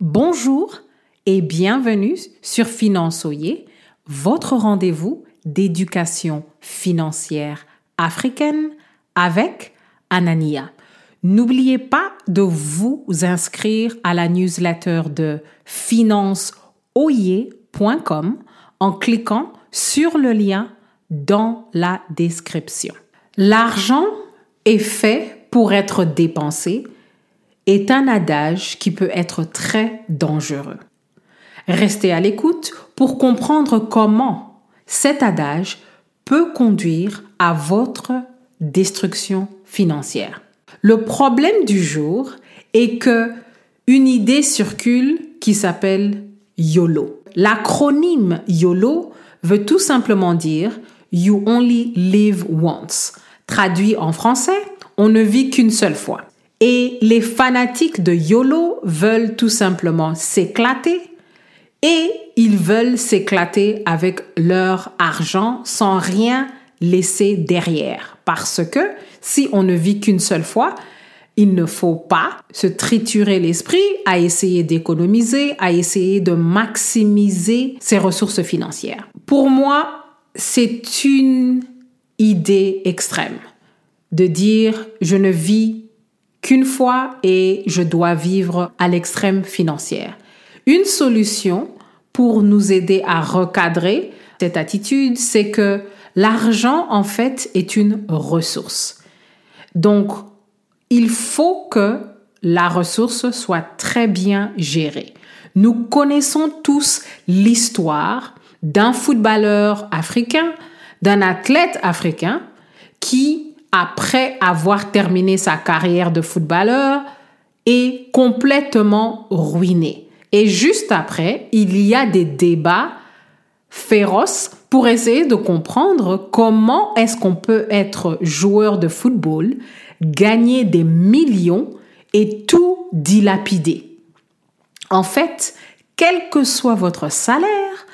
Bonjour et bienvenue sur Finançoyer, votre rendez-vous d'éducation financière africaine avec Anania. N'oubliez pas de vous inscrire à la newsletter de financeoyer.com en cliquant sur le lien dans la description. L'argent est fait pour être dépensé est un adage qui peut être très dangereux. Restez à l'écoute pour comprendre comment cet adage peut conduire à votre destruction financière. Le problème du jour est que une idée circule qui s'appelle YOLO. L'acronyme YOLO veut tout simplement dire You Only Live Once. Traduit en français, on ne vit qu'une seule fois. Et les fanatiques de YOLO veulent tout simplement s'éclater et ils veulent s'éclater avec leur argent sans rien laisser derrière. Parce que si on ne vit qu'une seule fois, il ne faut pas se triturer l'esprit à essayer d'économiser, à essayer de maximiser ses ressources financières. Pour moi, c'est une idée extrême de dire je ne vis qu'une fois et je dois vivre à l'extrême financière. Une solution pour nous aider à recadrer cette attitude, c'est que l'argent, en fait, est une ressource. Donc, il faut que la ressource soit très bien gérée. Nous connaissons tous l'histoire d'un footballeur africain, d'un athlète africain qui, après avoir terminé sa carrière de footballeur, est complètement ruiné. Et juste après, il y a des débats féroces pour essayer de comprendre comment est-ce qu'on peut être joueur de football, gagner des millions et tout dilapider. En fait, quel que soit votre salaire,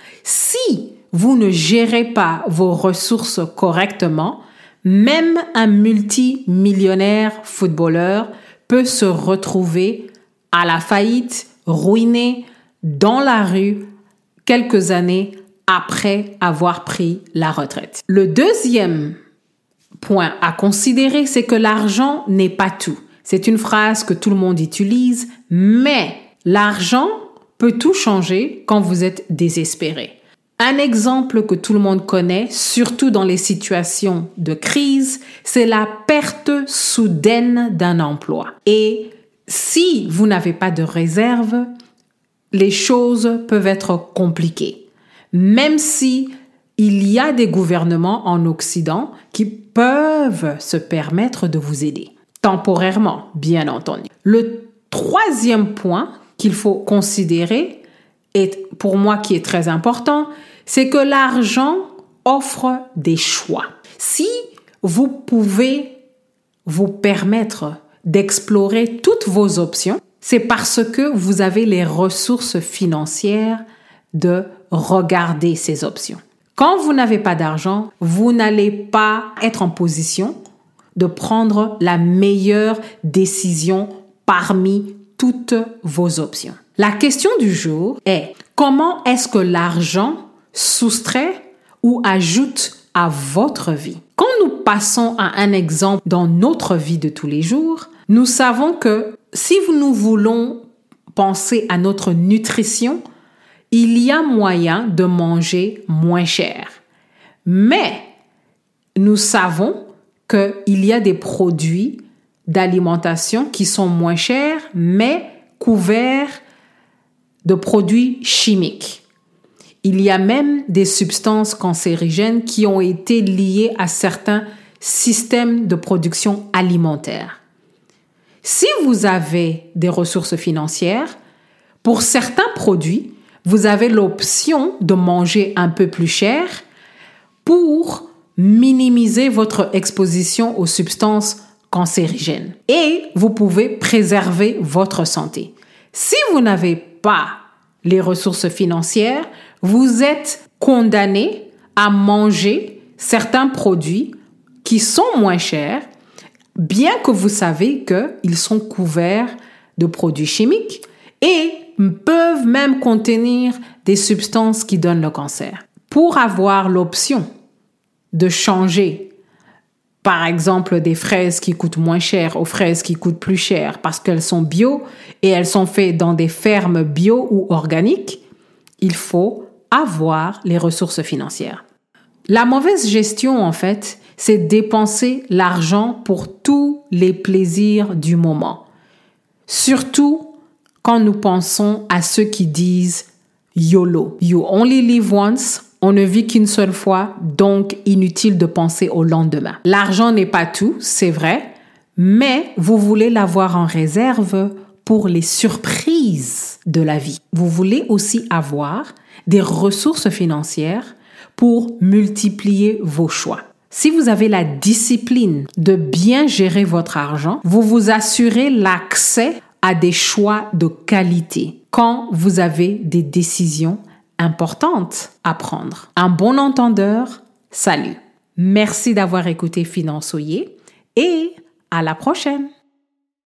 si vous ne gérez pas vos ressources correctement, même un multimillionnaire footballeur peut se retrouver à la faillite, ruiné, dans la rue, quelques années après avoir pris la retraite. Le deuxième point à considérer, c'est que l'argent n'est pas tout. C'est une phrase que tout le monde utilise, mais l'argent peut tout changer quand vous êtes désespéré. Un exemple que tout le monde connaît, surtout dans les situations de crise, c'est la perte soudaine d'un emploi. Et si vous n'avez pas de réserve, les choses peuvent être compliquées. Même si il y a des gouvernements en Occident qui peuvent se permettre de vous aider. Temporairement, bien entendu. Le troisième point qu'il faut considérer, et pour moi qui est très important, c'est que l'argent offre des choix. Si vous pouvez vous permettre d'explorer toutes vos options, c'est parce que vous avez les ressources financières de regarder ces options. Quand vous n'avez pas d'argent, vous n'allez pas être en position de prendre la meilleure décision parmi toutes vos options. La question du jour est comment est-ce que l'argent soustrait ou ajoute à votre vie? Quand nous passons à un exemple dans notre vie de tous les jours, nous savons que si nous voulons penser à notre nutrition, il y a moyen de manger moins cher. Mais nous savons qu'il y a des produits d'alimentation qui sont moins chers, mais couverts de produits chimiques. Il y a même des substances cancérigènes qui ont été liées à certains systèmes de production alimentaire. Si vous avez des ressources financières, pour certains produits, vous avez l'option de manger un peu plus cher pour minimiser votre exposition aux substances cancérigènes. Et vous pouvez préserver votre santé. Si vous n'avez pas les ressources financières, vous êtes condamné à manger certains produits qui sont moins chers, bien que vous savez qu'ils sont couverts de produits chimiques. Et peuvent même contenir des substances qui donnent le cancer. Pour avoir l'option de changer, par exemple, des fraises qui coûtent moins cher aux fraises qui coûtent plus cher parce qu'elles sont bio et elles sont faites dans des fermes bio ou organiques, il faut avoir les ressources financières. La mauvaise gestion, en fait, c'est dépenser l'argent pour tous les plaisirs du moment. Surtout quand nous pensons à ceux qui disent YOLO, You Only Live Once. On ne vit qu'une seule fois, donc inutile de penser au lendemain. L'argent n'est pas tout, c'est vrai, mais vous voulez l'avoir en réserve pour les surprises de la vie. Vous voulez aussi avoir des ressources financières pour multiplier vos choix. Si vous avez la discipline de bien gérer votre argent, vous vous assurez l'accès à des choix de qualité quand vous avez des décisions importante à prendre. Un bon entendeur, salut. Merci d'avoir écouté Finançoyer et à la prochaine.